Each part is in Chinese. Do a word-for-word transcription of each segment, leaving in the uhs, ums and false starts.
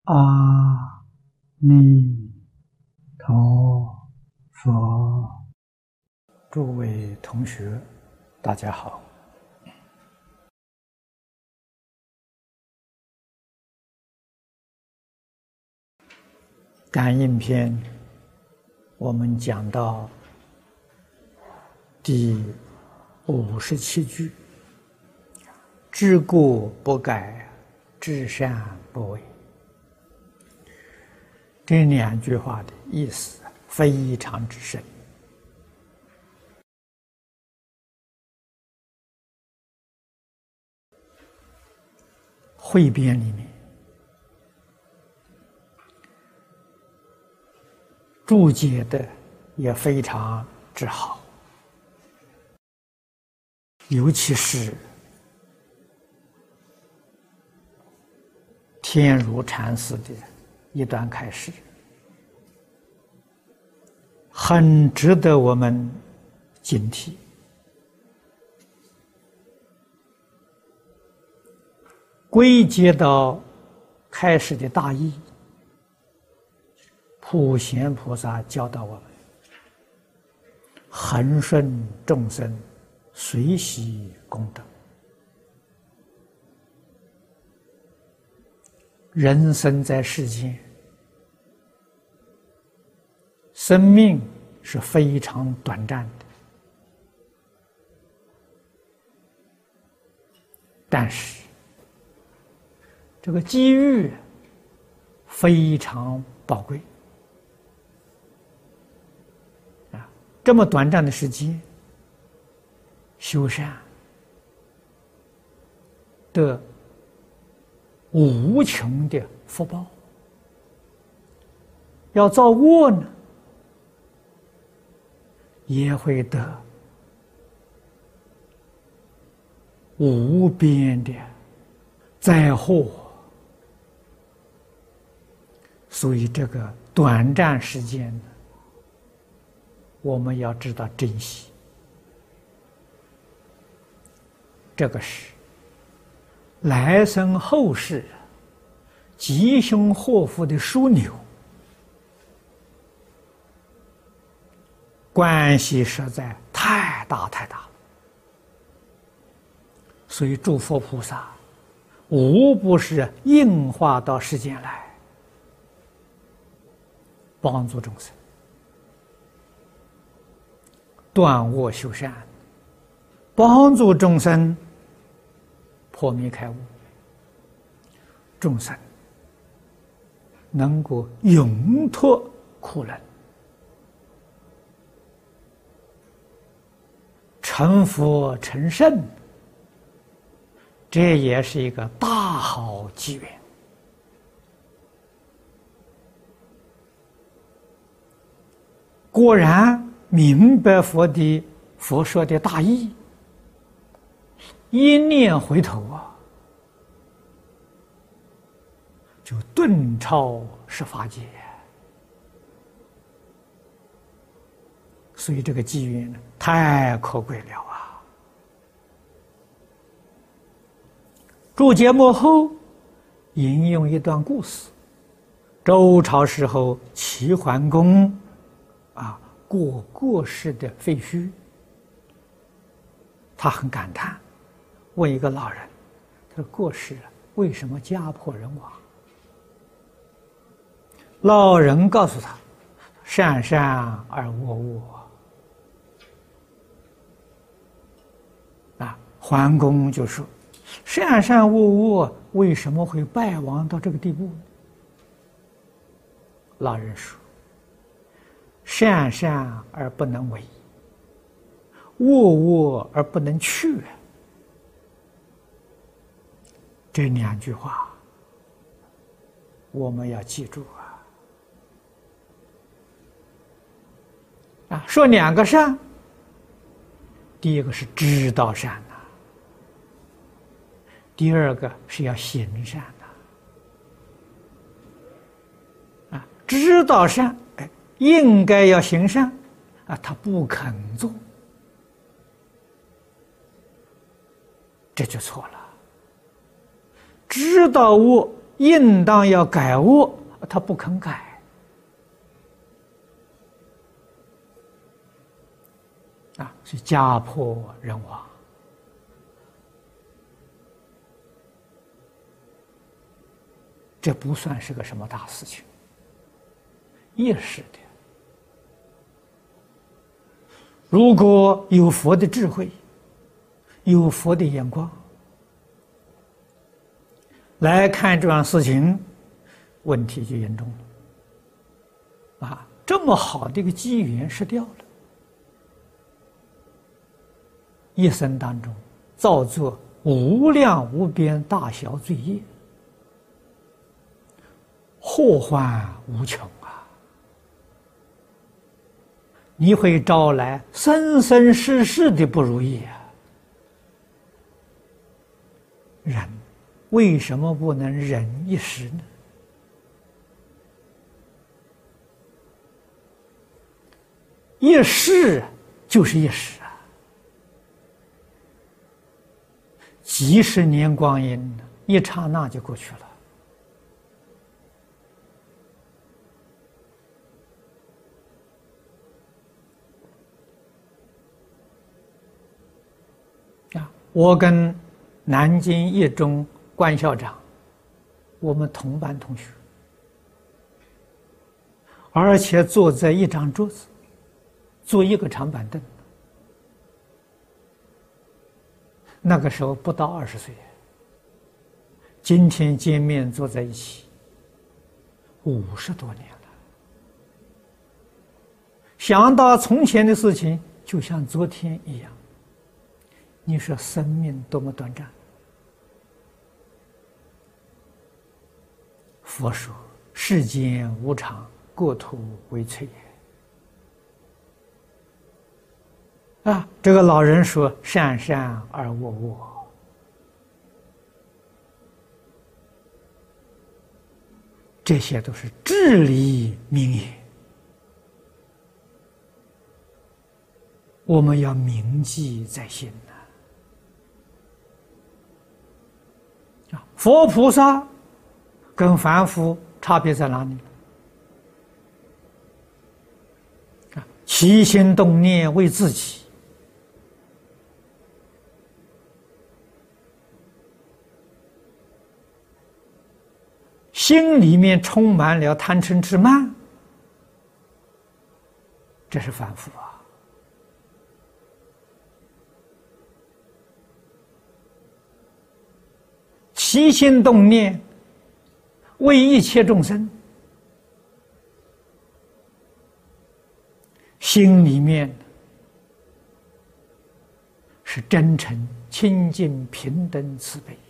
阿弥陀佛。诸位同学，大家好。感应篇我们讲到第五十七句：知过不改，知善不为。这两句话的意思非常之深。汇编里面注解的也非常之好，尤其是天如禅师的一段开示，很值得我们警惕。归结到开始的大意，普贤菩萨教导我们：恒顺众生，随喜功德。人生在世间，生命是非常短暂的，但是这个机遇非常宝贵啊！这么短暂的时间，修善得无穷的福报；要造恶呢，也会得无边的灾祸。所以这个短暂时间呢，我们要知道珍惜。这个是来生后世吉凶祸福的枢纽，关系实在太大太大了。所以诸佛菩萨无不是应化到世间来帮助众生断恶修善，帮助众生破迷开悟，众生能够永脱苦轮，成佛成圣，这也是一个大好机缘。果然明白佛的佛说的大意，一念回头啊，就顿超十法界。所以这个机缘呢，太可贵了啊！注解末后引用一段故事：周朝时候齐桓公啊，过过世的废墟，他很感叹，问一个老人：“他说过世了，为什么家破人亡？”老人告诉他：“善善而恶恶。”啊，桓公就说：“善善恶恶为什么会败亡到这个地步呢？”老人说：“善善而不能为，恶恶而不能去。”这两句话我们要记住啊！啊，说两个善，第一个是知道善呐、啊，第二个是要行善呐、啊。啊，知道善，哎。应该要行善啊，他不肯做，这就错了。知道恶应当要改恶，他不肯改，啊，是家破人亡。这不算是个什么大事情，一时的。如果有佛的智慧，有佛的眼光来看这样事情，问题就严重了。啊，这么好的一个机缘失掉了，一生当中造作无量无边大小罪业，祸患无穷啊！你会招来生生世世的不如意啊！人为什么不能忍一时呢？一世就是一时啊，几十年光阴，一刹那就过去了。啊，我跟南京一中关校长，我们同班同学，而且坐在一张桌子，坐一个长板凳。那个时候不到二十岁，今天见面坐在一起，五十多年了。想到从前的事情，就像昨天一样。你说生命多么短暂？佛说世间无常，过土为脆也。啊，这个老人说善善而恶恶，这些都是至理名言，我们要铭记在心呐。啊，佛菩萨跟凡夫差别在哪里？啊，起心动念为自己，心里面充满了贪嗔痴慢，这是凡夫啊。起心动念为一切众生，心里面是真诚、清净、平等、慈悲。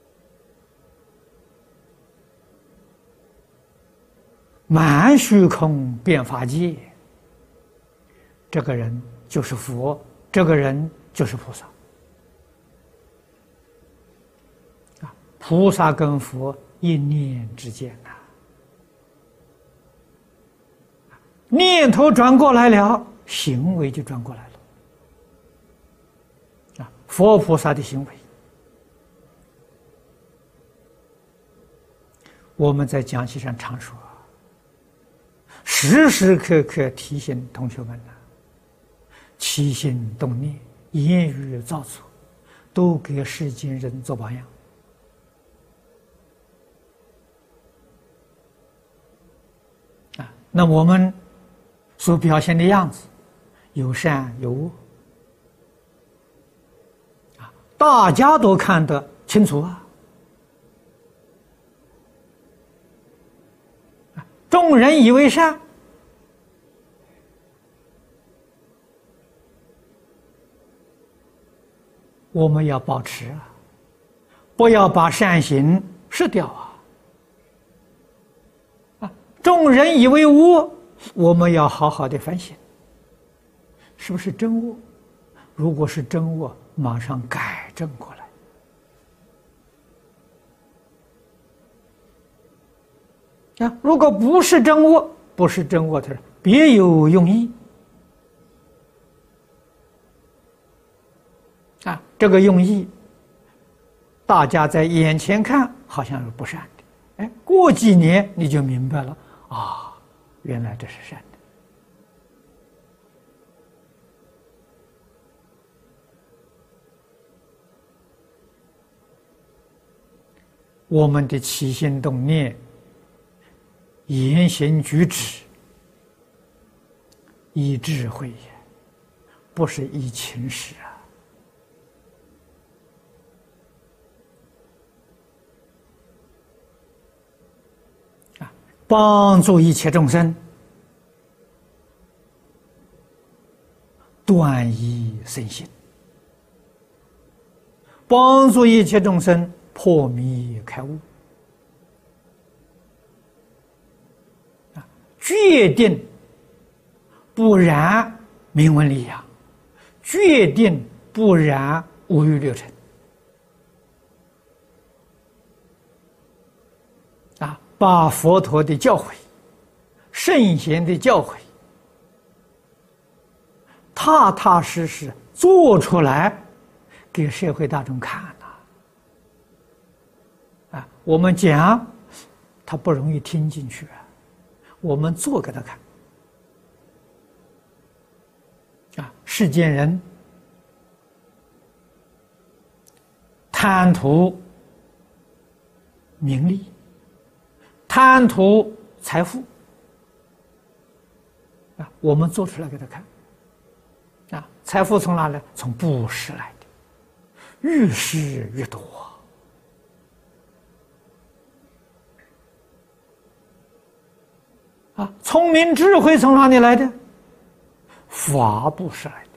满虚空遍法界，这个人就是佛，这个人就是菩萨。啊，菩萨跟佛一念之间呐，念头转过来了，行为就转过来了。啊，佛菩萨的行为，我们在讲席上常说，时时刻刻提醒同学们呢，起心动念、言语造作，都给世间人做榜样。啊，那我们所表现的样子，有善有恶，啊，大家都看得清楚啊。众人以为善，我们要保持啊，不要把善行失掉啊！啊，众人以为恶，我们要好好的反省，是不是真恶？如果是真恶，马上改正过来。啊，如果不是真恶，不是真恶，它是别有用意。啊，这个用意，大家在眼前看好像是不善的， 哎，过几年你就明白了啊，原来这是善的。我们的起心动念、言行举止，依智慧也，不是依情识啊！啊，帮助一切众生断疑生信，帮助一切众生破迷开悟，啊，决定不染名闻利养，决定不染五欲六尘，啊，把佛陀的教诲、圣贤的教诲，踏踏实实做出来，给社会大众看。啊，我们讲，他不容易听进去啊。我们做给他看。啊，世间人贪图名利，贪图财富，啊，我们做出来给他看。啊，财富从哪来？从布施来的，越施越多。啊，聪明智慧从哪里来的？法布施来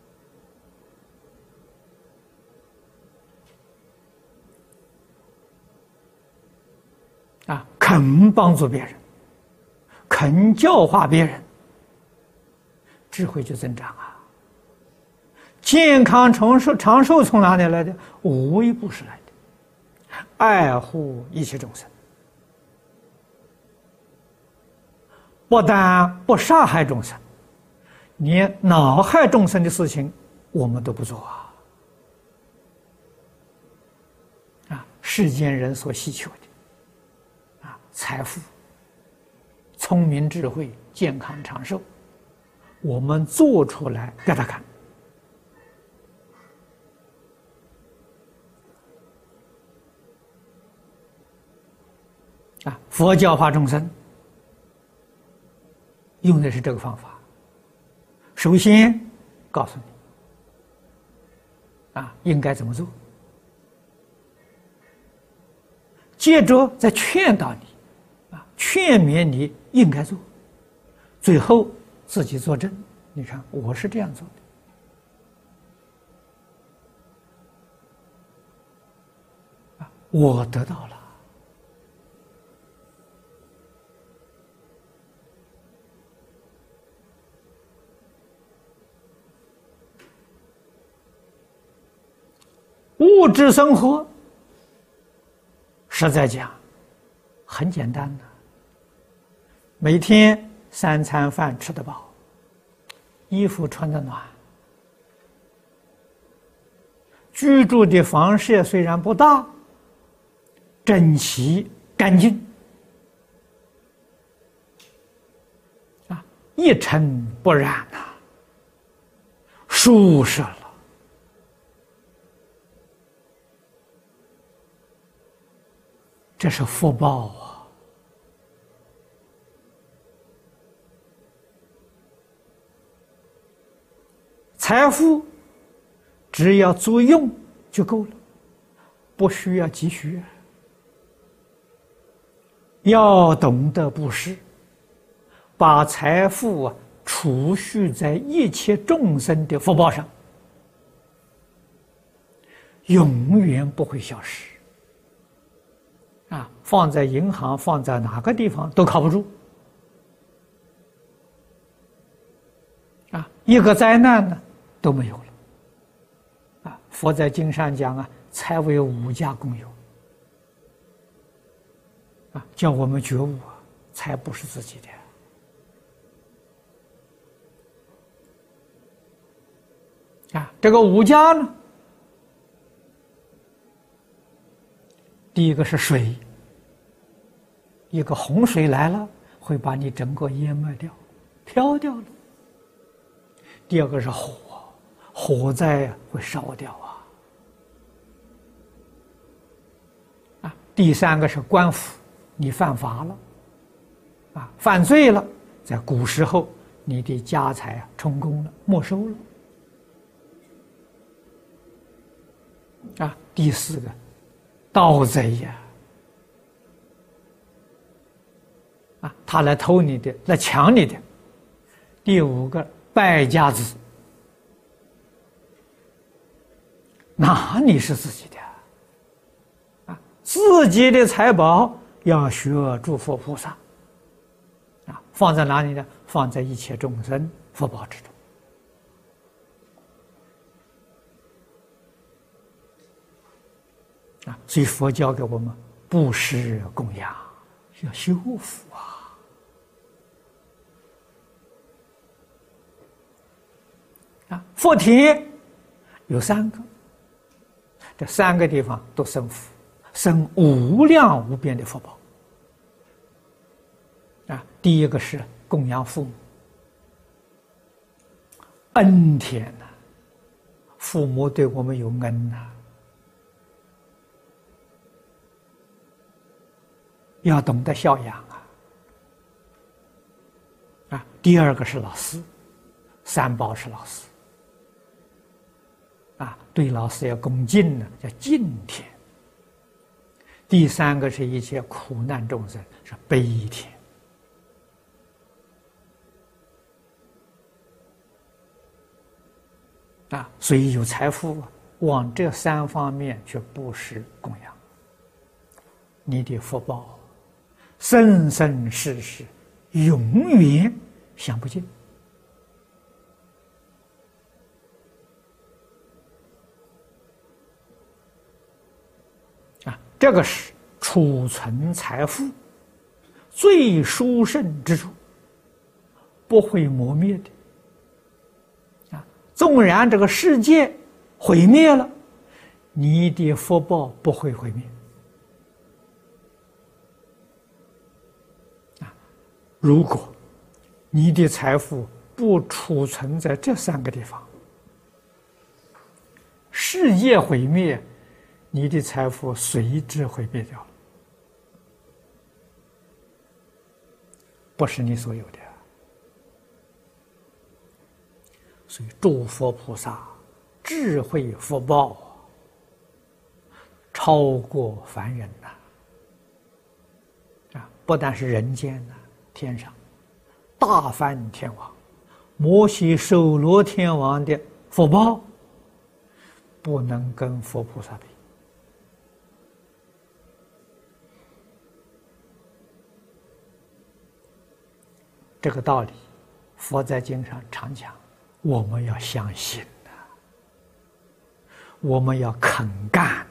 的。啊，肯帮助别人，肯教化别人，智慧就增长啊。健康长寿，长寿从哪里来的？无为布施来的，爱护一切众生。不但不杀害众生，连恼害众生的事情我们都不做啊！啊，世间人所希求的啊，财富、聪明智慧、健康长寿，我们做出来给他看。啊，佛教化众生。用的是这个方法。首先告诉你啊，应该怎么做，接着再劝导你啊，劝勉你应该做，最后自己作证。你看，我是这样做的啊，我得到了。物质生活，实在讲，很简单的，每天三餐饭吃得饱，衣服穿得暖，居住的房舍虽然不大，整齐干净，啊，一尘不染呐，舒适了。这是福报啊！财富只要足用就够了，不需要积蓄。要懂得布施，把财富啊储蓄在一切众生的福报上，永远不会消失。啊，放在银行，放在哪个地方都靠不住。啊，一个灾难呢都没有了。啊，佛在经上讲啊，财为五家共有。啊，叫我们觉悟啊，财不是自己的。啊，这个五家呢？第一个是水， 一个洪水来了，会把你整个淹没掉、漂掉了。第二个是火，火灾会烧掉啊。啊，第三个是官府，你犯法了，啊，犯罪了，在古时候，你的家财啊充公了，没收了。啊，第四个，盗贼呀，啊，他来偷你的，来抢你的。第五个，败家子，哪里是自己的？啊，自己的财宝要学诸佛菩萨，啊，放在哪里呢？放在一切众生福报之中。啊，所以佛教给我们布施供养，要修福啊！啊，佛田有三个，这三个地方都生福，生无量无边的福报。啊，第一个是供养父母，恩田呐、啊，父母对我们有恩呐、啊。要懂得孝养啊！啊，第二个是老师，三宝是老师啊，对老师要恭敬呢，叫敬天。第三个是一切苦难众生是悲天啊，所以有财富啊，往这三方面去布施供养，你的福报生生世世永远享不尽啊！这个是储存财富最殊胜之处，不会磨灭的啊！纵然这个世界毁灭了，你的福报不会毁灭。如果你的财富不储存在这三个地方，世界毁灭，你的财富随之毁灭掉了，不是你所有的。所以诸佛菩萨智慧福报超过凡人呐！啊，不但是人间呐。天上大梵天王、摩悉首罗天王的福报，不能跟佛菩萨比。这个道理，佛在经上常讲，我们要相信呐、啊，我们要肯干。